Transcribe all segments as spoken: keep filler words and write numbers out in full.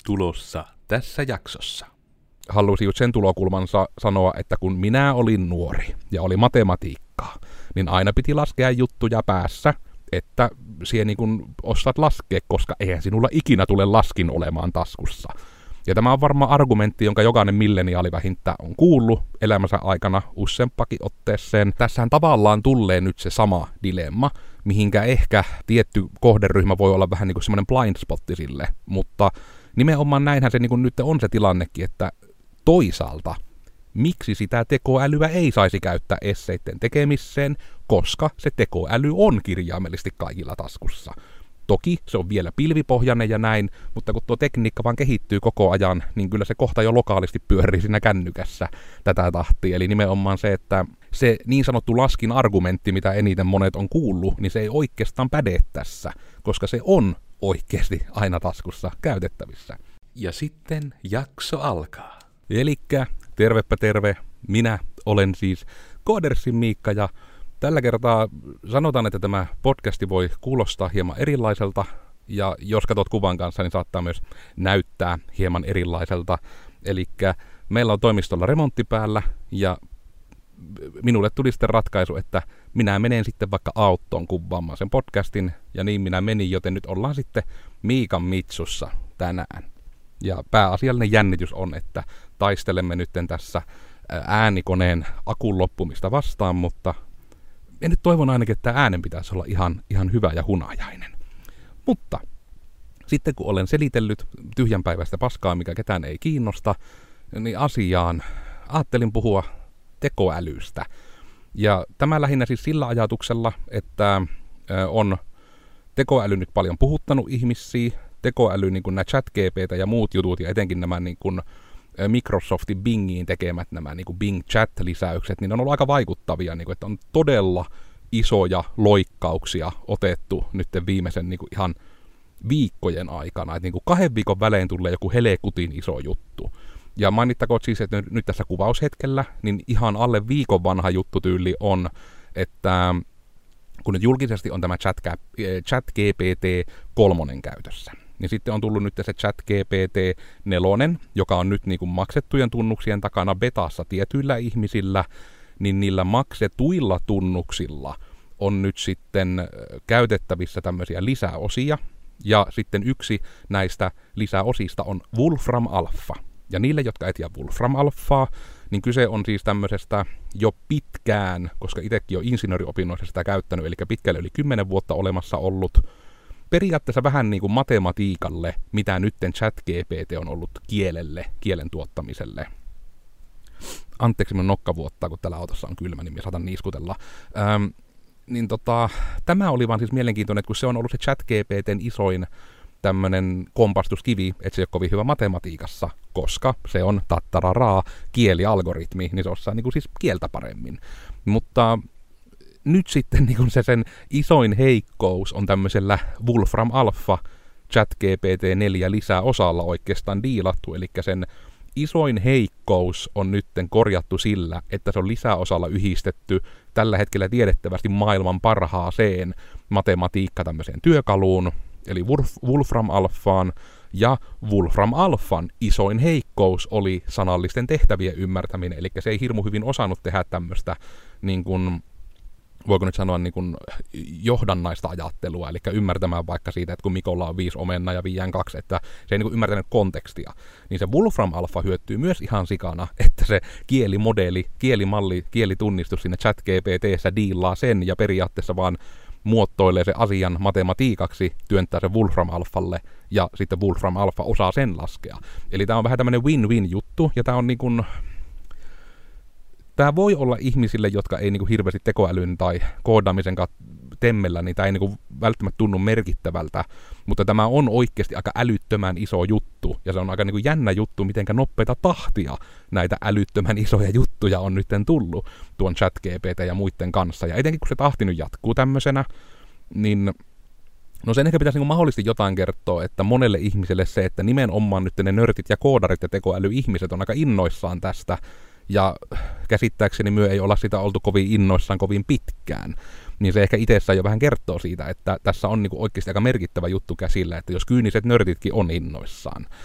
tulossa tässä jaksossa. Halusin just sen tulokulmansa sanoa, että kun minä olin nuori ja oli matematiikkaa, niin aina piti laskea juttuja päässä, että siihen niin kun osaat laskea, koska eihän sinulla ikinä tule laskin olemaan taskussa. Ja tämä on varmaan argumentti, jonka jokainen milleniaali vähintään on kuullut elämänsä aikana useampakin otteeseen. Tässähän tavallaan tulee nyt se sama dilemma, mihinkä ehkä tietty kohderyhmä voi olla vähän niin kuin semmoinen blind spotti sille, mutta nimenomaan näinhän se niin kuin nyt on se tilannekin, että toisaalta miksi sitä tekoälyä ei saisi käyttää esseitten tekemiseen, koska se tekoäly on kirjaimellisesti kaikilla taskussa. Toki se on vielä pilvipohjainen ja näin, mutta kun tuo tekniikka vaan kehittyy koko ajan, niin kyllä se kohta jo lokaalisti pyörii siinä kännykässä tätä tahtia. Eli nimenomaan se, että se niin sanottu laskin argumentti, mitä eniten monet on kuullut, niin se ei oikeastaan päde tässä, koska se on oikeasti aina taskussa käytettävissä. Ja sitten jakso alkaa. Elikkä tervepä terve, minä olen siis Koodersin Miikka ja tällä kertaa sanotaan, että tämä podcasti voi kuulostaa hieman erilaiselta, ja jos katsot kuvan kanssa, niin saattaa myös näyttää hieman erilaiselta. Elikkä meillä on toimistolla remontti päällä, ja minulle tuli sitten ratkaisu, että minä menen sitten vaikka autoon kuvaamaan sen podcastin, ja niin minä menin, joten nyt ollaan sitten Miikan Mitsussa tänään. Ja pääasiallinen jännitys on, että taistelemme nytten tässä äänikoneen akun loppumista vastaan, mutta ja nyt toivon ainakin, että äänen pitäisi olla ihan, ihan hyvä ja hunajainen. Mutta sitten kun olen selitellyt tyhjänpäiväistä paskaa, mikä ketään ei kiinnosta, niin asiaan ajattelin puhua tekoälystä. Ja tämä lähinnä siis sillä ajatuksella, että on tekoäly nyt paljon puhuttanut ihmisiä, tekoäly, niin kuin nämä ChatGPT ja muut jutut, ja etenkin nämä niin kuin Microsoftin Bingiin tekemät nämä niin kuin Bing Chat-lisäykset, niin on ollut aika vaikuttavia, niin kuin, että on todella isoja loikkauksia otettu nyt viimeisen niin kuin ihan viikkojen aikana. Että niin kuin kahden viikon välein tulee joku helekutin iso juttu. Ja mainittakoon siis, että nyt tässä kuvaushetkellä, niin ihan alle viikon vanha juttutyyli on, että kun nyt julkisesti on tämä ChatGPT kolmonen käytössä, niin sitten on tullut nyt se ChatGPT nelonen, joka on nyt niin kuin maksettujen tunnuksien takana betassa tietyillä ihmisillä, niin niillä maksetuilla tunnuksilla on nyt sitten käytettävissä tämmöisiä lisäosia, ja sitten yksi näistä lisäosista on Wolfram Alpha. Ja niille, jotka etsivät Wolfram Alphaa, niin kyse on siis tämmöisestä jo pitkään, koska itsekin on insinööriopinnoissa sitä käyttänyt, eli pitkälle yli kymmenen vuotta olemassa ollut, periaatteessa vähän niin kuin matematiikalle, mitä nytten ChatGPT on ollut kielelle, kielen tuottamiselle. Anteeksi, minun nokka vuottaa, kun täällä autossa on kylmä, niin minä saatan niiskutella. Ähm, niin tota, tämä oli vaan siis mielenkiintoinen, että kun se on ollut se ChatGPTn isoin tämmöinen kompastuskivi, että se ei ole kovin hyvä matematiikassa, koska se on tattararaa kielialgoritmi, niin se osaa niin kuin siis kieltä paremmin. Mutta nyt sitten niin kuin se sen isoin heikkous on tämmöisellä Wolfram Alpha ChatGPT neljä lisäosalla oikeastaan diilattu, eli sen isoin heikkous on nytten korjattu sillä, että se on lisäosalla yhdistetty tällä hetkellä tiedettävästi maailman parhaaseen matematiikka tämmöiseen työkaluun, eli Wolfram Alphaan, ja Wolfram Alphan isoin heikkous oli sanallisten tehtävien ymmärtäminen, eli se ei hirmu hyvin osannut tehdä tämmöistä niin kuin voiko nyt sanoa niin kuin johdannaista ajattelua, eli ymmärtämään vaikka siitä, että kun Mikolla on viisi omennaa ja viiään kaksi, että se ei niin kuin ymmärtänyt kontekstia, niin se Wolfram Alpha hyötyy myös ihan sikana, että se kielimodeli, kielimalli, kielitunnistus siinä ChatGPT:ssä diilaa sen ja periaatteessa vaan muotoilee se asian matematiikaksi, työntää se Wolfram Alphalle ja sitten Wolfram Alpha osaa sen laskea. Eli tämä on vähän tämmöinen win-win juttu ja tämä on niin kuin tämä voi olla ihmisille, jotka ei niinku hirveästi tekoälyn tai koodaamisen kanssa temmellä, niin tämä ei niinku välttämättä tunnu merkittävältä, mutta tämä on oikeasti aika älyttömän iso juttu, ja se on aika niinku jännä juttu, mitenkä nopeita tahtia näitä älyttömän isoja juttuja on nytten tullut tuon ChatGPT ja muiden kanssa, ja etenkin kun se tahti nyt jatkuu tämmöisenä, niin no sen ehkä pitäisi niinku mahdollisesti jotain kertoa, että monelle ihmiselle se, että nimenomaan nyt ne nörtit ja koodarit ja tekoälyihmiset on aika innoissaan tästä, ja käsittääkseni myö ei olla sitä oltu kovin innoissaan kovin pitkään, niin se ehkä itsessään jo vähän kertoo siitä, että tässä on niinku oikeasti aika merkittävä juttu käsillä, että jos kyyniset nörtitkin on innoissaan.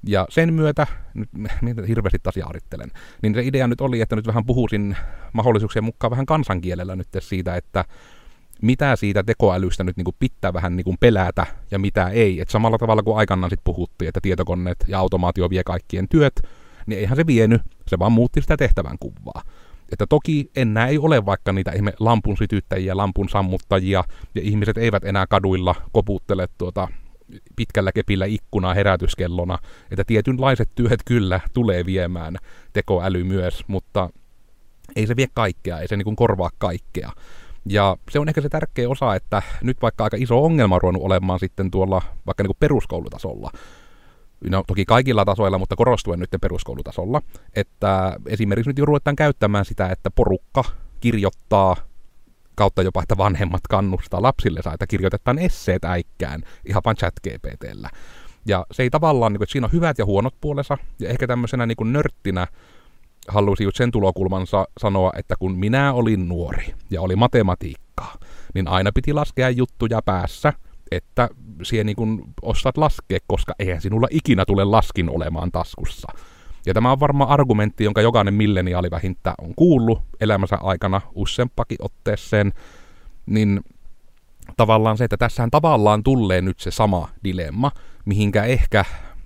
Ja sen myötä, nyt mitä hirveästi taas jaarittelen, niin se idea nyt oli, että nyt vähän puhuisin mahdollisuuksien mukaan vähän kansankielellä nyt siitä, että mitä siitä tekoälystä nyt niin kuin pitää vähän niin kuin pelätä ja mitä ei. Et samalla tavalla kuin aikanaan sit puhuttiin, että tietokoneet ja automaatio vie kaikkien työt, niin eihän se vienyt, se vaan muutti sitä tehtävän kuvaa. Että toki enää ei ole vaikka niitä ihme lampun sytyttäjiä, lampun sammuttajia, ja ihmiset eivät enää kaduilla koputtele tuota pitkällä kepillä ikkunaa herätyskellona, että tietynlaiset työt kyllä tulee viemään tekoäly myös, mutta ei se vie kaikkea, ei se niin kuin korvaa kaikkea. Ja se on ehkä se tärkeä osa, että nyt vaikka aika iso ongelma on ruvennut olemaan sitten tuolla vaikka niin kuin peruskoulutasolla, no toki kaikilla tasoilla, mutta korostuen nyt peruskoulutasolla, että esimerkiksi nyt jo ruvetaan käyttämään sitä, että porukka kirjoittaa kautta jopa, että vanhemmat kannustaa lapsille saa, että kirjoitetaan esseet äikkään ihan vain ChatGPT:llä. Ja se ei tavallaan, niin kuin, että siinä on hyvät ja huonot puolensa, ja ehkä tämmöisenä niin kuin nörttinä haluaisin just sen tulokulmansa sanoa, että kun minä olin nuori ja oli matematiikkaa, niin aina piti laskea juttuja päässä, että siihen niin kuin osaat laskea, koska eihän sinulla ikinä tule laskin olemaan taskussa. Ja tämä on varmaan argumentti, jonka jokainen milleniaali vähintään on kuullut elämänsä aikana useampakin otteeseen, niin tavallaan se, että tässähän tavallaan tulee nyt se sama dilemma, mihinkä ehkä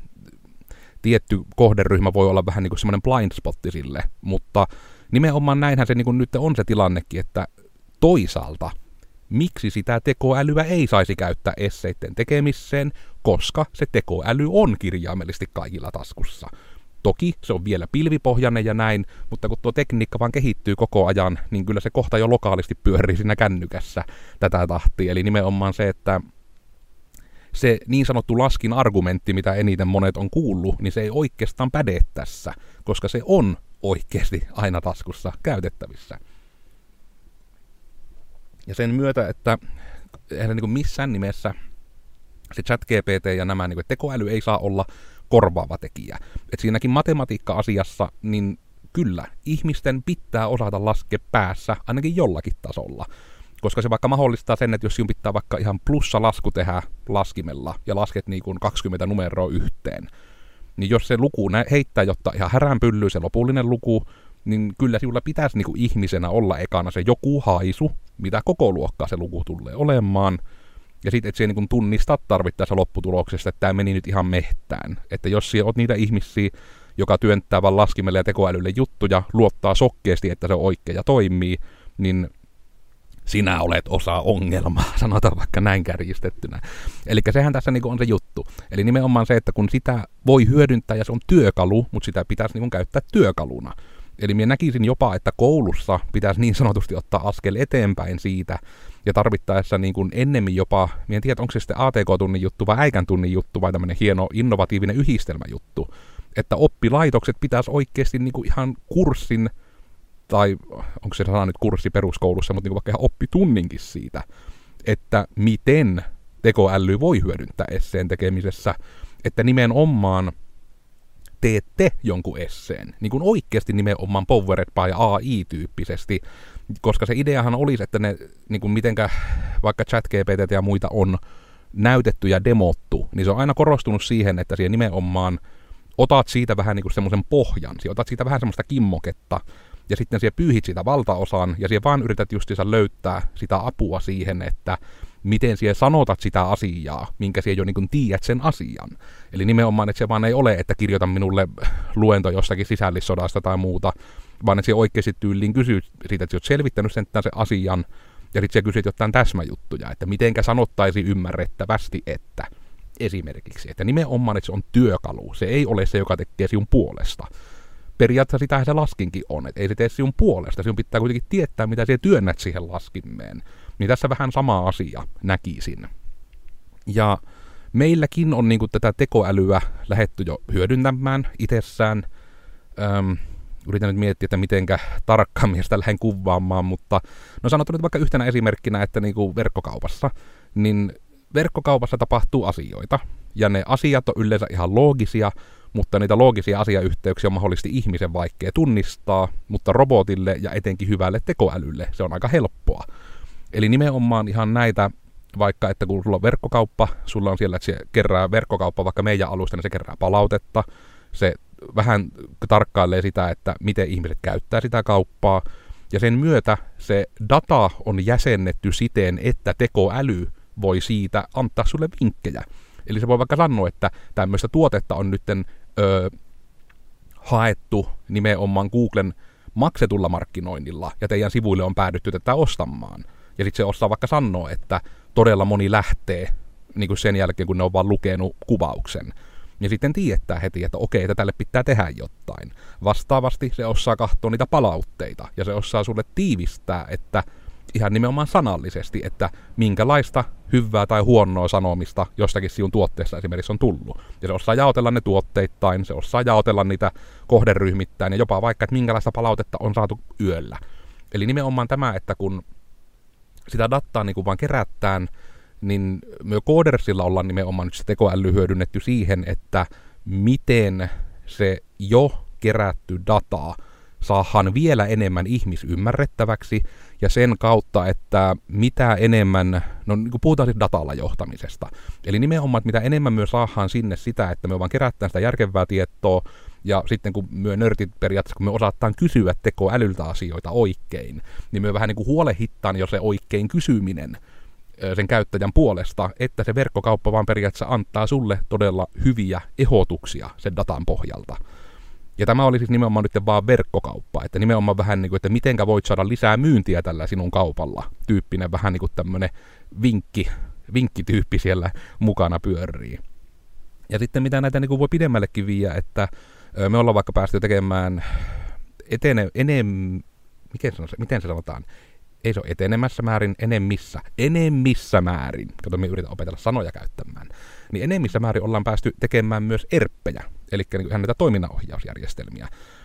tietty kohderyhmä voi olla vähän niin kuin semmoinen blind spotti sille, mutta nimenomaan näinhän se niin kuin nyt on se tilannekin, että toisaalta miksi sitä tekoälyä ei saisi käyttää esseiden tekemiseen, koska se tekoäly on kirjaimellisesti kaikilla taskussa. Toki se on vielä pilvipohjainen ja näin, mutta kun tuo tekniikka vaan kehittyy koko ajan, niin kyllä se kohta jo lokaalisti pyörii siinä kännykässä tätä tahtia. Eli nimenomaan se, että se niin sanottu laskin argumentti, mitä eniten monet on kuullut, niin se ei oikeastaan päde tässä, koska se on oikeasti aina taskussa käytettävissä. Ja sen myötä, että eihän niin kuin missään nimessä se ChatGPT ja nämä niin kuin tekoäly ei saa olla korvaava tekijä. Et siinäkin matematiikka-asiassa, niin kyllä, ihmisten pitää osata laskea päässä ainakin jollakin tasolla. Koska se vaikka mahdollistaa sen, että jos sinun pitää vaikka ihan plussalasku tehdä laskimella ja lasket niin kuin kaksikymmentä numeroa yhteen, niin jos se luku heittää jotta ihan häränpyllyy se lopullinen luku, niin kyllä sinulla pitäisi niin kuin ihmisenä olla ekana se joku haisu, mitä koko luokkaa se luku tulee olemaan. Ja sitten, että se niin tunnistaa tarvittaessa lopputuloksesta, että tämä meni nyt ihan mehtään. Että jos sinä olet niitä ihmisiä, joka työntää vaan laskimelle ja tekoälylle juttuja, luottaa sokkeesti, että se on oikein ja toimii, niin sinä olet osa ongelmaa, sanotaan vaikka näin kärjistettynä. Eli sehän tässä niin on se juttu. Eli nimenomaan se, että kun sitä voi hyödyntää ja se on työkalu, mutta sitä pitäisi niin käyttää työkaluna. Eli minä näkisin jopa, että koulussa pitäisi niin sanotusti ottaa askel eteenpäin siitä, ja tarvittaessa niin kuin ennemmin jopa, minä en tiedä, onko se sitten A T K-tunnin juttu vai äikän tunnin juttu vai tämmöinen hieno innovatiivinen yhdistelmäjuttu, että oppilaitokset pitäisi oikeasti niin kuin ihan kurssin, tai onko se sana nyt kurssi peruskoulussa, mutta niin kuin vaikka ihan oppitunninkin siitä, että miten tekoäly voi hyödyntää esseen tekemisessä, että nimenomaan teette jonkun esseen, niin kuin oikeasti nimenomaan Powered by A I-tyyppisesti, koska se ideahan olisi, että ne, niin kuin mitenkä vaikka ChatGPT ja muita on näytetty ja demottu, niin se on aina korostunut siihen, että siihen nimenomaan otat siitä vähän niin kuin semmoisen pohjan, siihen otat siitä vähän semmoista kimmoketta, ja sitten siihen pyyhit sitä valtaosan, ja siihen vaan yrität justiinsa löytää sitä apua siihen, että miten siihen sanotat sitä asiaa, minkä siihen jo niin kuin tiedät sen asian. Eli nimenomaan, että se vaan ei ole, että kirjoita minulle luento jostakin sisällissodasta tai muuta, vaan että se oikeasti tyyliin kysyy siitä, että sä oot selvittänyt sen, sen asian, ja sitten sä kysyt jotain täsmäjuttuja, että mitenkä sanottaisi ymmärrettävästi, että esimerkiksi, että nimenomaan, että se on työkalu, se ei ole se, joka tekee sinun puolesta. Periaatteessa sitähän se laskinkin on, että ei se tee sinun puolesta, sinun pitää kuitenkin tietää, mitä sinä työnnät siihen laskimeen. Niin tässä vähän sama asia näkisin. Ja meilläkin on niin kuin tätä tekoälyä lähdetty jo hyödyntämään itsessään. Öm, yritän nyt miettiä, että mitenkä tarkkaan sitä lähden kuvaamaan, mutta no sanotaan nyt vaikka yhtenä esimerkkinä, että niin kuin verkkokaupassa, niin verkkokaupassa tapahtuu asioita, ja ne asiat on yleensä ihan loogisia, mutta niitä loogisia asiayhteyksiä on mahdollisesti ihmisen vaikea tunnistaa, mutta robotille ja etenkin hyvälle tekoälylle se on aika helppoa. Eli nimenomaan ihan näitä vaikka, että kun sulla on verkkokauppa, sulla on siellä, että se kerää verkkokauppa vaikka meidän alusta, niin se kerää palautetta, se vähän tarkkailee sitä, että miten ihmiset käyttää sitä kauppaa, ja sen myötä se data on jäsennetty siten, että tekoäly voi siitä antaa sulle vinkkejä. Eli se voi vaikka sanoa, että tämmöistä tuotetta on nytten öö, haettu nimenomaan Googlen maksetulla markkinoinnilla, ja teidän sivuille on päädytty tätä ostamaan. Ja sitten se osaa vaikka sanoa, että todella moni lähtee niin kuin sen jälkeen, kun ne on vaan lukenut kuvauksen. Ja sitten tietää heti, että okei, että tälle pitää tehdä jotain. Vastaavasti se osaa katsoa niitä palautteita, ja se osaa sulle tiivistää, että ihan nimenomaan sanallisesti, että minkälaista hyvää tai huonoa sanomista jostakin sinun tuotteessa esimerkiksi on tullut. Ja se osaa jaotella ne tuotteittain, se osaa jaotella niitä kohderyhmittäin, ja jopa vaikka, että minkälaista palautetta on saatu yöllä. Eli nimenomaan tämä, että kun sitä dataa niin kuin vaan kerätään, niin me Codersilla ollaan nimenomaan nyt se tekoäly hyödynnetty siihen, että miten se jo kerätty data saadaan vielä enemmän ihmisymmärrettäväksi, ja sen kautta, että mitä enemmän, no niin kuin puhutaan siis datalla johtamisesta, eli nimenomaan, että mitä enemmän me saadaan sinne sitä, että me vaan kerätään sitä järkevää tietoa, ja sitten kun me nörtit periaatteessa, kun me osataan kysyä tekoälyltä asioita oikein, niin me vähän niin kuin huolehittaan jo se oikein kysyminen sen käyttäjän puolesta, että se verkkokauppa vaan periaatteessa antaa sulle todella hyviä ehdotuksia sen datan pohjalta. Ja tämä oli siis nimenomaan nyt vaan verkkokauppa, että nimenomaan vähän niin kuin, että mitenkä voit saada lisää myyntiä tällä sinun kaupalla, tyyppinen vähän niin kuin tämmöinen vinkki, vinkkityyppi siellä mukana pyörii. Ja sitten mitä näitä niin kuin voi pidemmällekin viiä, että me ollaan vaikka päästy tekemään etene, enem, miten, se, miten se sanotaan, ei se ole etenemässä määrin, enemmissä, enemmissä määrin, kato me yritän opetella sanoja käyttämään, niin enemmissä määrin ollaan päästy tekemään myös erppejä, eli niin ihan näitä toiminnanohjausjärjestelmiä.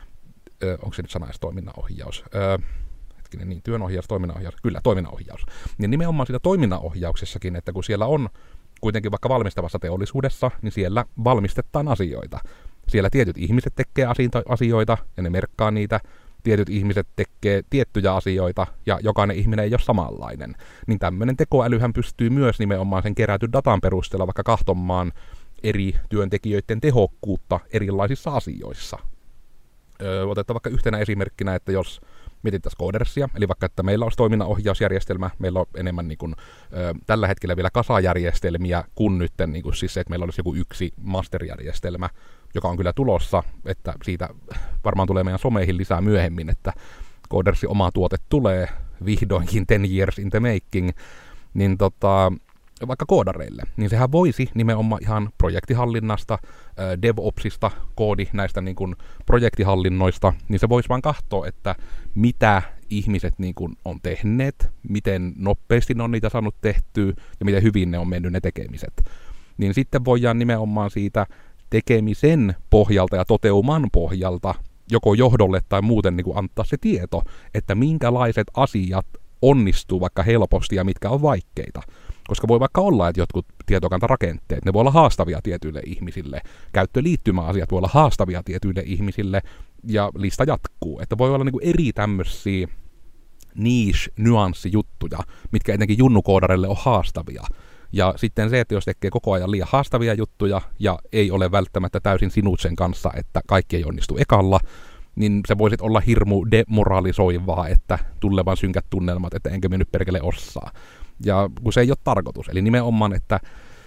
Ö, onko se nyt sana edes toiminnanohjaus? Ö, hetkinen, niin, työnohjaus, toiminnanohjaus, kyllä, toiminnanohjaus. Ja nimenomaan siitä toiminnanohjauksessakin, että kun siellä on kuitenkin vaikka valmistavassa teollisuudessa, niin siellä valmistetaan asioita. Siellä tietyt ihmiset tekee asioita, ja ne merkkaa niitä, tietyt ihmiset tekee tiettyjä asioita, ja jokainen ihminen ei ole samanlainen. Niin tämmöinen tekoälyhän pystyy myös nimenomaan sen kerätyn datan perusteella vaikka kahtomaan eri työntekijöiden tehokkuutta erilaisissa asioissa. Öö, otetaan vaikka yhtenä esimerkkinä, että jos mietittäisiin Codersia, eli vaikka, että meillä olisi toiminnanohjausjärjestelmä, meillä on enemmän niin kuin, ö, tällä hetkellä vielä kasajärjestelmiä kuin nyt, niin kuin siis se, että meillä olisi joku yksi masterjärjestelmä, joka on kyllä tulossa, että siitä varmaan tulee meidän someihin lisää myöhemmin, että Codersin oma tuote tulee vihdoinkin ten years in the making, niin tota, vaikka koodareille, niin sehän voisi nimenomaan ihan projektihallinnasta, DevOpsista, koodi näistä niin kuin projektihallinnoista, niin se voisi vaan katsoa, että mitä ihmiset niin kuin on tehneet, miten nopeasti ne on niitä saanut tehtyä ja miten hyvin ne on mennyt ne tekemiset. Niin sitten voidaan nimenomaan siitä tekemisen pohjalta ja toteuman pohjalta joko johdolle tai muuten niin kuin antaa se tieto, että minkälaiset asiat onnistuu vaikka helposti ja mitkä on vaikeita. Koska voi vaikka olla, että jotkut tietokantarakenteet, ne voi olla haastavia tietyille ihmisille, käyttöliittymäasiat voi olla haastavia tietyille ihmisille, ja lista jatkuu. Että voi olla niinku eri tämmöisiä niche-nyanssijuttuja, mitkä etenkin junnukoodarille on haastavia. Ja sitten se, että jos tekee koko ajan liian haastavia juttuja, ja ei ole välttämättä täysin sinut sen kanssa, että kaikki ei onnistu ekalla, niin se voisit olla hirmu demoralisoivaa, että tulevan synkät tunnelmat, että enkä me nyt perkele osaa. Ja kun se ei ole tarkoitus, eli nimenomaan, että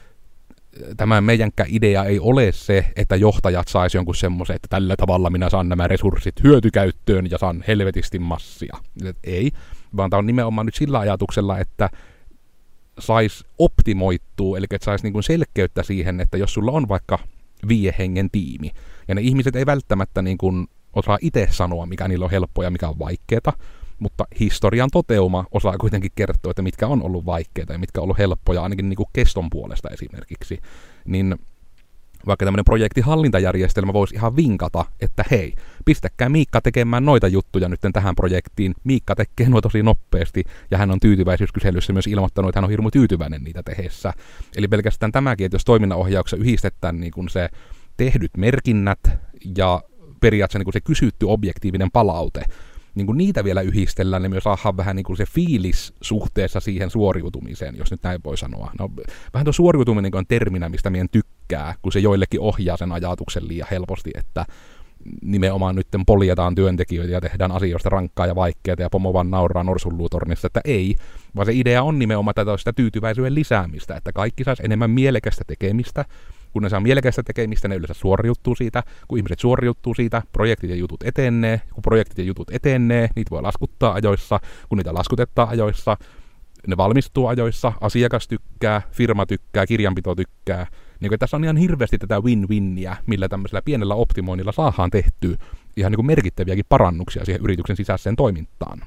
tämä meidänkään idea ei ole se, että johtajat saisi jonkun semmoisen, että tällä tavalla minä saan nämä resurssit hyötykäyttöön ja saan helvetisti massia. Et ei, vaan tämä on nimenomaan nyt sillä ajatuksella, että saisi optimoittua, eli että saisi niinku selkeyttä siihen, että jos sulla on vaikka viiden hengen tiimi, ja ne ihmiset ei välttämättä niinku osaa itse sanoa, mikä niillä on helppoa ja mikä on vaikeaa, mutta historian toteuma osaa kuitenkin kertoa, että mitkä on ollut vaikeita ja mitkä on ollut helppoja, ainakin niin kuin keston puolesta esimerkiksi. Niin vaikka tämmöinen projektihallintajärjestelmä voisi ihan vinkata, että hei, pistäkää Miikka tekemään noita juttuja nyt tähän projektiin. Miikka tekee nuo tosi nopeasti, ja hän on tyytyväisyyskyselyssä myös ilmoittanut, että hän on hirmu tyytyväinen niitä tehessä. Eli pelkästään tämäkin, että jos toiminnanohjauksessa yhdistetään niin kuin se tehdyt merkinnät ja periaatteessa niin kuin se kysytty objektiivinen palaute, niin kun niitä vielä yhdistellään, niin me saadaan vähän niin kuin se fiilis suhteessa siihen suoriutumiseen, jos nyt näin voi sanoa. No, vähän tuo suoriutuminen on terminä, mistä meidän tykkää, kun se joillekin ohjaa sen ajatuksen liian helposti, että nimenomaan nyt poljetaan työntekijöitä ja tehdään asioista rankkaa ja vaikeaa ja pomo vaan nauraa norsunluutornissa, että ei, vaan se idea on nimenomaan tätä sitä tyytyväisyyden lisäämistä, että kaikki saisi enemmän mielekästä tekemistä. Kun ne saa mielekästä tekemistä, ne yleensä suoriuttuu siitä. Kun ihmiset suoriuttuu siitä, projektit ja jutut etenee. Kun projektit ja jutut etenee, niitä voi laskuttaa ajoissa. Kun niitä laskutetaan ajoissa, ne valmistuu ajoissa. Asiakas tykkää, firma tykkää, kirjanpito tykkää. Niin kuin tässä on ihan hirveästi tätä win-winniä, millä tämmöisellä pienellä optimoinnilla saadaan tehtyä ihan niin kuin merkittäviäkin parannuksia siihen yrityksen sisäiseen toimintaan.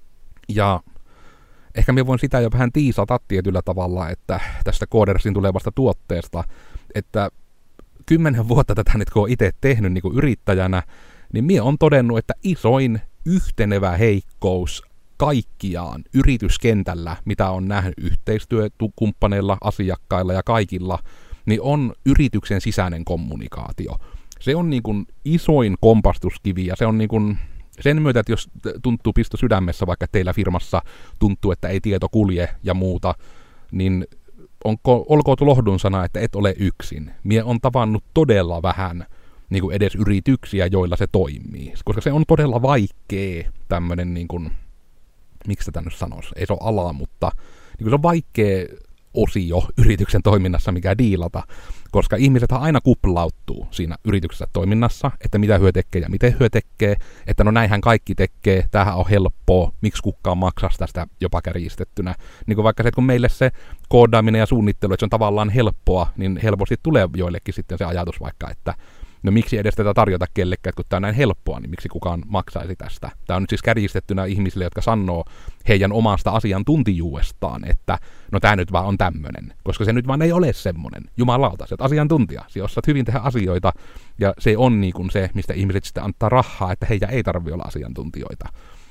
Ja ehkä minä voin sitä jo vähän tiisata tietyllä tavalla, että tästä Codersin tulevasta tuotteesta, että kymmenen vuotta tätä nyt kun olen itse tehnyt niin kuin yrittäjänä, niin minä olen todennut, että isoin yhtenevä heikkous kaikkiaan yrityskentällä, mitä on nähnyt yhteistyökumppaneilla, asiakkailla ja kaikilla, niin on yrityksen sisäinen kommunikaatio. Se on niin kuin isoin kompastuskivi ja se on niin kuin sen myötä, että jos tuntuu pisto sydämessä, vaikka teillä firmassa tuntuu, että ei tieto kulje ja muuta, niin onko, olkoon lohdun sana, että et ole yksin. Mie on tavannut todella vähän niin kuin edes yrityksiä, joilla se toimii. Koska se on todella vaikea tämmöinen, niin kuin, miksi sitä nyt sanoisi, ei se ole ala, mutta niin kuin se on vaikea osio yrityksen toiminnassa, mikä diilata, koska ihmiset aina kuplauttuu siinä yrityksessä toiminnassa, että mitä hyö tekee ja miten hyö tekee, että no näinhän kaikki tekee, tämähän on helppoa, miksi kukaan maksaa tästä jopa kärjistettynä. Niin kuin vaikka se, että kun meille se koodaaminen ja suunnittelu, että se on tavallaan helppoa, niin helposti tulee joillekin sitten se ajatus vaikka, että no miksi edes tätä tarjota kellekään, kun tämä on näin helppoa, niin miksi kukaan maksaisi tästä. Tämä on nyt siis kärjistettynä ihmisille, jotka sanoo heidän omasta asiantuntijuudestaan, että no tämä nyt vaan on tämmöinen, koska se nyt vaan ei ole semmoinen. Jumalauta, sä oot asiantuntija, sä osaat hyvin tehdä asioita, ja se on niin kuin se, mistä ihmiset sitten antaa rahaa, että heidän ei tarvitse olla asiantuntijoita.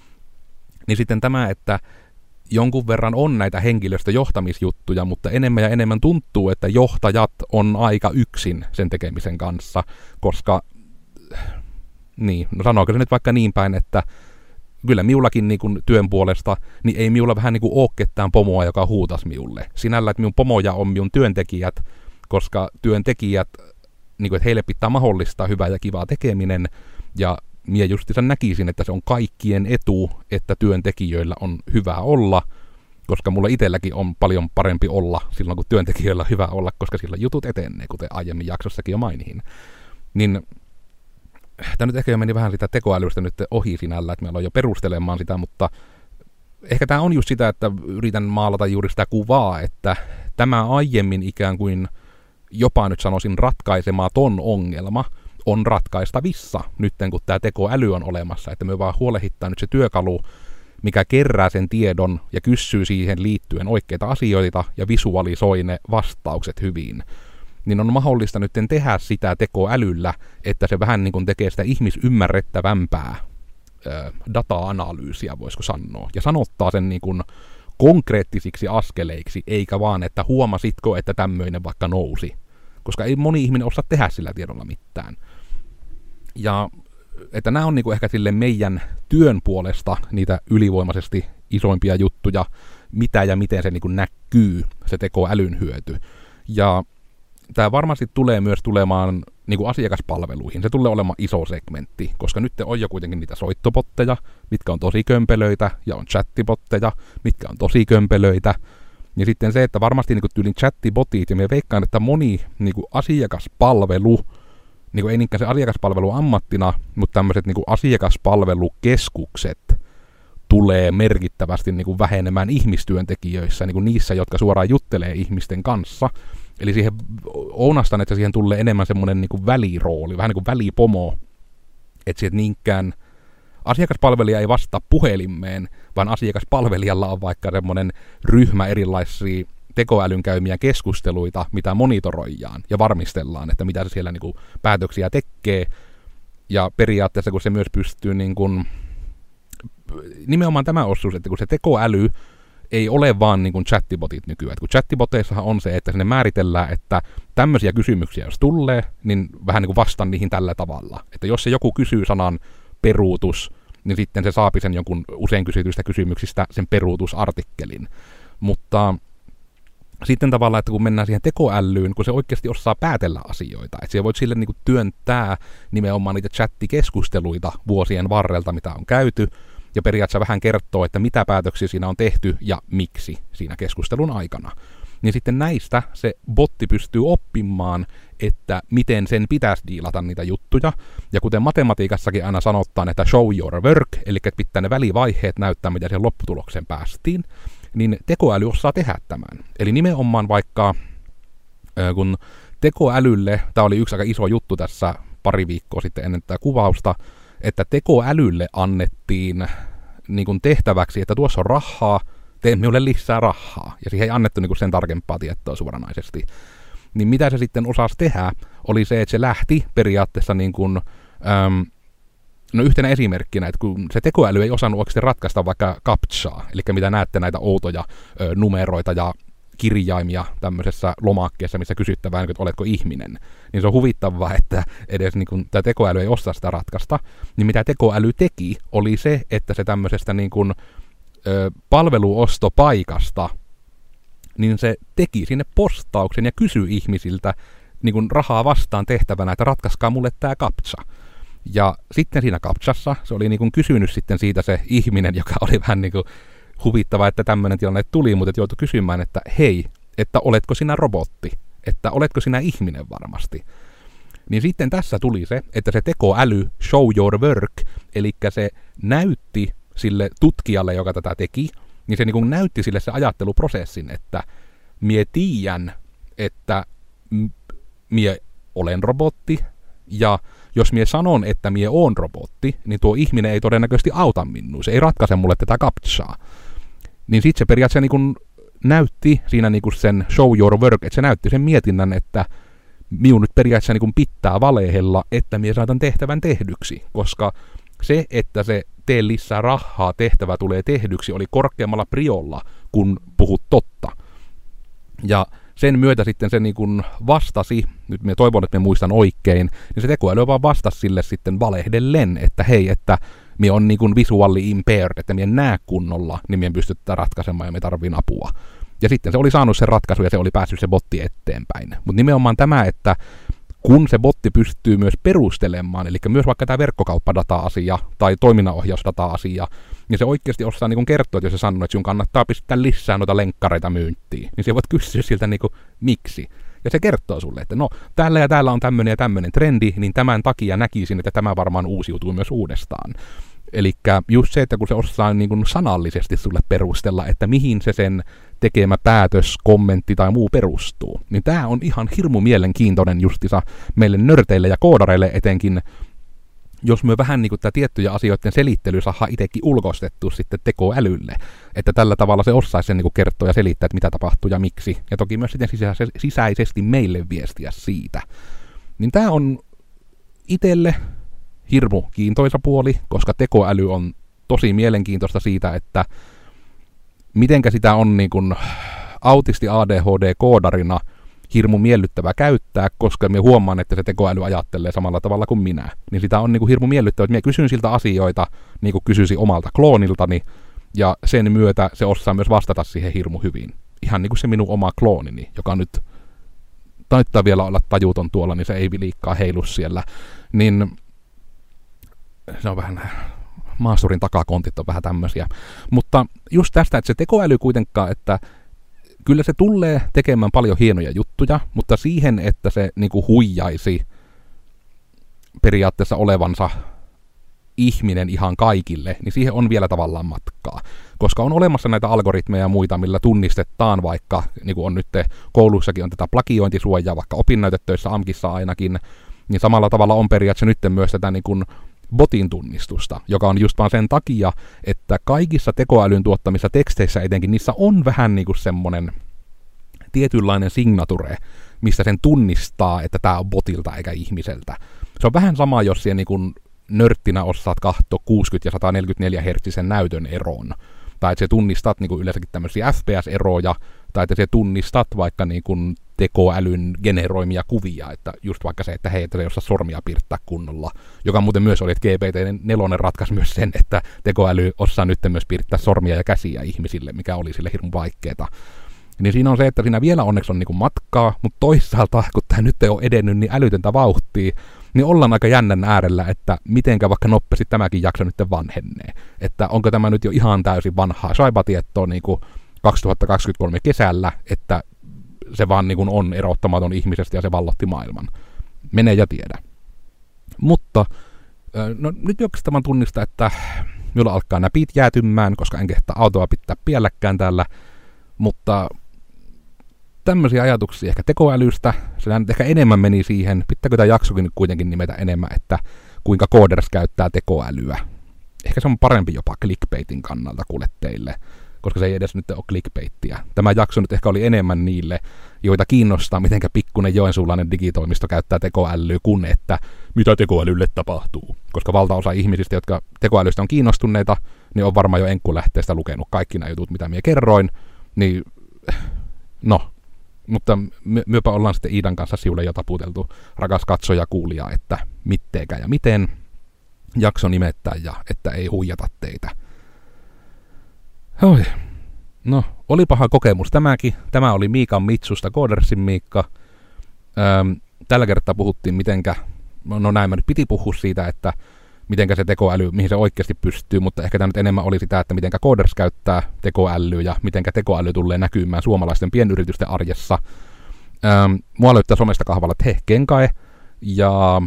Niin sitten tämä, että jonkun verran on näitä henkilöstöjohtamisjuttuja, mutta enemmän ja enemmän tuntuu, että johtajat on aika yksin sen tekemisen kanssa, koska, niin, no sanooko se nyt vaikka niin päin, että kyllä miullakin niin kuin työn puolesta, niin ei miulla vähän niin kuin ole ketään pomoa, joka huutas miulle. Sinällä, että minun pomoja on minun työntekijät, koska työntekijät, niin kuin, että heille pitää mahdollistaa hyvää ja kivaa tekeminen, ja minä justiinsa näkisin, että se on kaikkien etu, että työntekijöillä on hyvä olla, koska mulla itselläkin on paljon parempi olla silloin, kun työntekijöillä on hyvä olla, koska sillä jutut etenee, kuten aiemmin jaksossakin jo mainihin. Niin tämä nyt ehkä jo meni vähän sitä tekoälystä nyt ohi sinällä, että meillä on jo perustelemaan sitä, mutta ehkä tämä on just sitä, että yritän maalata juuri sitä kuvaa, että tämä aiemmin ikään kuin jopa nyt sanoisin ratkaisematon ongelma on ratkaistavissa nyt, kun tämä tekoäly on olemassa, että me vaan huolehittaa nyt se työkalu, mikä kerää sen tiedon ja kysyy siihen liittyen oikeita asioita ja visualisoi ne vastaukset hyvin. Niin on mahdollista nyt tehdä sitä tekoälyllä, että se vähän niin kuin tekee sitä ihmisymmärrettävämpää ö, data-analyysiä, voisiko sanoa, ja sanottaa sen niin kuin konkreettisiksi askeleiksi, eikä vaan, että huomasitko, että tämmöinen vaikka nousi. Koska ei moni ihminen osaa tehdä sillä tiedolla mitään. Ja että nämä on niinku ehkä sille meidän työn puolesta niitä ylivoimaisesti isoimpia juttuja, mitä ja miten se niinku näkyy, se tekoälyn hyöty. Ja tämä varmasti tulee myös tulemaan niinku asiakaspalveluihin. Se tulee olemaan iso segmentti, koska nyt on jo kuitenkin niitä soittobotteja, mitkä on tosi kömpelöitä, ja on chattibotteja, mitkä on tosi kömpelöitä. Ja sitten se, että varmasti niin kuin tyylin chattibotit, ja minä veikkaan, että moni niin kuin asiakaspalvelu, niin kuin ei niinkään se asiakaspalvelu ammattina, mutta tämmöiset niin kuin asiakaspalvelukeskukset tulee merkittävästi niin kuin vähenemään ihmistyöntekijöissä, niin kuin niissä, jotka suoraan juttelee ihmisten kanssa. Eli siihen ounastan, että siihen tulee enemmän semmoinen niin kuin välirooli, vähän niin kuin välipomo, että sieltä niinkään asiakaspalvelija ei vastaa puhelimeen, vaan asiakaspalvelijalla on vaikka semmoinen ryhmä erilaisia tekoälyn käymiä keskusteluita, mitä monitoroidaan ja varmistellaan, että mitä se siellä niin kuin päätöksiä tekee. Ja periaatteessa, kun se myös pystyy niin kuin, nimenomaan tämä osuus, että kun se tekoäly ei ole vaan niin kuin chattibotit nykyään. Et kun chattiboteissahan on se, että sinne määritellään, että tämmöisiä kysymyksiä jos tulee, niin vähän niin kuin vastaan niihin tällä tavalla. Että jos se joku kysyy sanan peruutus, niin sitten se saapi sen jonkun usein kysytyistä kysymyksistä sen peruutusartikkelin. Mutta sitten tavallaan, että kun mennään siihen tekoälyyn, kun se oikeasti osaa päätellä asioita, että siellä voit sille niin kuin työntää nimenomaan niitä chattikeskusteluita vuosien varrelta, mitä on käyty, ja periaatteessa vähän kertoo, että mitä päätöksiä siinä on tehty ja miksi siinä keskustelun aikana. Niin sitten näistä se botti pystyy oppimaan, että miten sen pitäisi diilata niitä juttuja. Ja kuten matematiikassakin aina sanotaan, että show your work, eli että pitää ne välivaiheet näyttää, mitä siihen lopputulokseen päästiin, niin tekoäly osaa tehdä tämän. Eli nimenomaan vaikka, kun tekoälylle, tämä oli yksi aika iso juttu tässä pari viikkoa sitten ennen tätä kuvausta, että tekoälylle annettiin niin kuin tehtäväksi, että tuossa on rahaa, tee minulle lisää rahaa. Ja siihen ei annettu niin kuin sen tarkempaa tietoa suoranaisesti. Niin mitä se sitten osasi tehdä, oli se, että se lähti periaatteessa niin kuin, äm, no yhtenä esimerkkinä, että kun se tekoäly ei osannut oikeasti ratkaista vaikka captchaa, eli mitä näette näitä outoja ö, numeroita ja kirjaimia tämmöisessä lomakkeessa, missä kysyttävää, että oletko ihminen, niin se on huvittavaa, että edes niin kun, tämä tekoäly ei osaa sitä ratkaista, niin mitä tekoäly teki, oli se, että se tämmöisestä niin kun, ö, palveluostopaikasta, niin se teki sinne postauksen ja kysyi ihmisiltä niin kun rahaa vastaan tehtävänä, että ratkaiskaa mulle tämä captcha. Ja sitten siinä captchassa se oli niin kun kysynyt sitten siitä se ihminen, joka oli vähän niin kuin huvittava, että tämmöinen tilanne tuli, mutta joutui kysymään, että hei, että oletko sinä robotti? Että oletko sinä ihminen varmasti? Niin sitten tässä tuli se, että se tekoäly, show your work, eli se näytti sille tutkijalle, joka tätä teki, niin se niin kuin näytti sille se ajatteluprosessin, että mie tiedän, että mie olen robotti, ja jos mie sanon, että mie oon robotti, niin tuo ihminen ei todennäköisesti auta minua, se ei ratkaise mulle tätä captchaa. Niin sitten se periaatteessa niin kun näytti siinä niin kun sen show your work, että se näytti sen mietinnän, että minun nyt periaatteessa niin kun pitää valehella, että mie saatan tehtävän tehdyksi, koska se, että se tee lisää rahaa, tehtävä tulee tehdyksi, oli korkeammalla priolla, kun puhut totta. Ja sen myötä sitten se niin kun vastasi, nyt minä toivon, että minä muistan oikein, niin se tekoäly vaan vastasi sille sitten valehdellen, että hei, että minä on niin kun visually impaired, että minä en näe kunnolla, niin minä en pysty tätä ratkaisemaan ja minä tarvin apua. Ja sitten se oli saanut sen ratkaisun ja se oli päässyt se botti eteenpäin. Mutta nimenomaan tämä, että kun se botti pystyy myös perustelemaan, eli myös vaikka tämä verkkokauppadata-asia tai toiminnanohjausdata-asia, niin se oikeasti osaa niin kertoa, että jos se sanoo, että sinun kannattaa pistää lisää noita lenkkareita myyntiin, niin se voit kysyä siltä niin kuin, miksi. Ja se kertoo sulle, että no, täällä ja täällä on tämmöinen ja tämmöinen trendi, niin tämän takia näkisin, että tämä varmaan uusiutuu myös uudestaan. Eli just se, että kun se osaa niin kuin sanallisesti sulle perustella, että mihin se sen tekemä päätös, kommentti tai muu perustuu, niin tämä on ihan hirmu mielenkiintoinen justissa meille nörteille ja koodareille etenkin, jos me vähän niin kuin tämä tiettyjä asioiden selittely saadaan itsekin ulkoistettu sitten tekoälylle, että tällä tavalla se osaisi sen niin kuin kertoa ja selittää, että mitä tapahtuu ja miksi, ja toki myös sitten sisäisesti meille viestiä siitä. Niin tämä on itselle hirmu kiintoisa puoli, koska tekoäly on tosi mielenkiintoista siitä, että mitenkä sitä on niin kuin autisti A D H D-koodarina hirmu miellyttävä käyttää, koska minä huomaan, että se tekoäly ajattelee samalla tavalla kuin minä. Niin sitä on niin kuin hirmu miellyttävä, että minä kysyn siltä asioita, niin kuin kysyisin omalta klooniltani, ja sen myötä se osaa myös vastata siihen hirmu hyvin. Ihan niin kuin se minun oma kloonini, joka nyt taittaa vielä olla tajuton tuolla, niin se ei liikkaa heilu siellä. Niin se on vähän, maasturin takakontit on vähän tämmöisiä. Mutta just tästä, että se tekoäly kuitenkaan, että kyllä se tulee tekemään paljon hienoja juttuja, mutta siihen, että se niinku huijaisi periaatteessa olevansa ihminen ihan kaikille, niin siihen on vielä tavallaan matkaa. Koska on olemassa näitä algoritmeja ja muita, millä tunnistetaan vaikka, niin kuin on nyt koulussakin on tätä plagiointisuojaa, vaikka opinnäytetöissä A M Kissa ainakin, niin samalla tavalla on periaatteessa nyt myös tätä niin kuin botin tunnistusta, joka on just vaan sen takia, että kaikissa tekoälyn tuottamissa teksteissä etenkin niissä on vähän niin kuin semmoinen tietynlainen signature, missä sen tunnistaa, että tämä on botilta eikä ihmiseltä. Se on vähän sama, jos siellä niin kuin nörttinä osaat katsoa kuusikymmentä ja sata neljäkymmentäneljä hertsisen näytön eroon, tai että se tunnistat niin kuin yleensäkin tämmöisiä F P S-eroja, tai että se tunnistat vaikka niin kuin tekoälyn generoimia kuvia, että just vaikka se, että hei, että se ei osaa sormia piirtää kunnolla, joka muuten myös oli, että G P T neljä ratkaisi myös sen, että tekoäly osaa nyt myös piirtää sormia ja käsiä ihmisille, mikä oli sille hirveän vaikeeta. Niin siinä on se, että siinä vielä onneksi on niinku matkaa, mutta toisaalta, kun tämä nyt ei ole edennyt niin älytöntä vauhtia, niin ollaan aika jännän äärellä, että mitenkä vaikka nopeasti tämäkin jakso nyt vanhenee. Että onko tämä nyt jo ihan täysin vanhaa saipatietoa niinku kaksituhattakaksikymmentäkolme kesällä, että se vaan niin kuin on erottamaton ihmisestä ja se vallotti maailman. Mene ja tiedä. Mutta no, nyt jokaista vaan tunnistaa, että minulla alkaa näpit jäätymään, koska en kehtaa autoa pitää pielläkään täällä, mutta tämmöisiä ajatuksia ehkä tekoälystä, se nyt ehkä enemmän meni siihen, pitääkö tämä jaksokin nyt kuitenkin nimetä enemmän, että kuinka Coders käyttää tekoälyä. Ehkä se on parempi jopa clickbaitin kannalta kuule teille, koska se ei edes nyt ole clickbaittiä. Tämä jakso nyt ehkä oli enemmän niille, joita kiinnostaa, mitenkä pikkuinen joensuulainen digitoimisto käyttää tekoälyä, kun että mitä tekoälylle tapahtuu. Koska valtaosa ihmisistä, jotka tekoälystä on kiinnostuneita, niin on varmaan jo enkkulähteestä lukenut kaikki nämä jutut, mitä minä kerroin. Niin, no, mutta my- myöpä ollaan sitten Iidan kanssa siulle jo taputeltu, rakas katsoja kuulija, että mitteekä ja miten jakso nimettää ja että ei huijata teitä. Oi. No, oli paha kokemus tämäkin. Tämä oli Miikan Mitsusta, Codersin Miikka. Öm, tällä kertaa puhuttiin mitenkä, no näin mä nyt piti puhua siitä, että mitenkä se tekoäly, mihin se oikeasti pystyy, mutta ehkä tämä nyt enemmän oli sitä, että mitenkä Coders käyttää tekoälyä ja mitenkä tekoäly tulee näkymään suomalaisten pienyritysten arjessa. Öm, mua löytää somesta kahvalla Tehkenkae, ja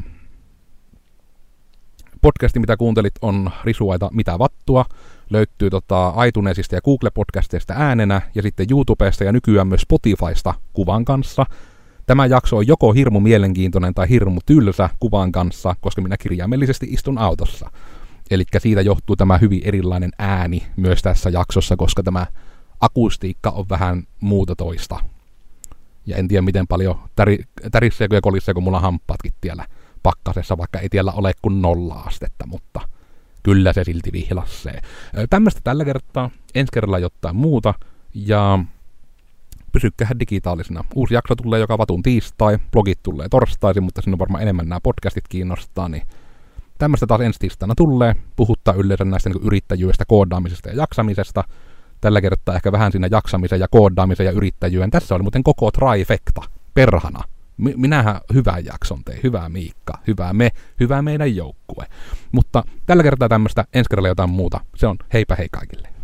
podcasti, mitä kuuntelit, on Risuaita mitä vattua. Löytyy tota iTunesista ja Google-podcasteista äänenä, ja sitten YouTubesta ja nykyään myös Spotifysta kuvan kanssa. Tämä jakso on joko hirmu mielenkiintoinen tai hirmu tylsä kuvan kanssa, koska minä kirjaimellisesti istun autossa. Eli siitä johtuu tämä hyvin erilainen ääni myös tässä jaksossa, koska tämä akustiikka on vähän muuta toista. Ja en tiedä miten paljon täri, tärisseekö ja kolisseeko mulla hampaatkin tiellä pakkasessa, vaikka ei tiellä ole kuin nolla astetta, mutta kyllä se silti vihlassee. Tämmöistä tällä kertaa, ensi kerralla jotain muuta, ja pysykkähän digitaalisena. Uusi jakso tulee joka vatun tiistai, blogit tulee torstaisin, mutta sinne varmaan enemmän nämä podcastit kiinnostaa, niin tämmöistä taas ensi tiistaina tulee. Puhuttaa yleensä näistä niin yrittäjyydestä, koodaamisesta ja jaksamisesta. Tällä kertaa ehkä vähän siinä jaksamisen ja koodaamisen ja yrittäjyyden. Tässä oli muuten koko trifecta, perhana. Minähän hyvän jakson tein, hyvää Miikka, hyvää me, hyvää meidän joukkue. Mutta tällä kertaa tämmöistä, ensi kerralla jotain muuta. Se on heipä hei kaikille.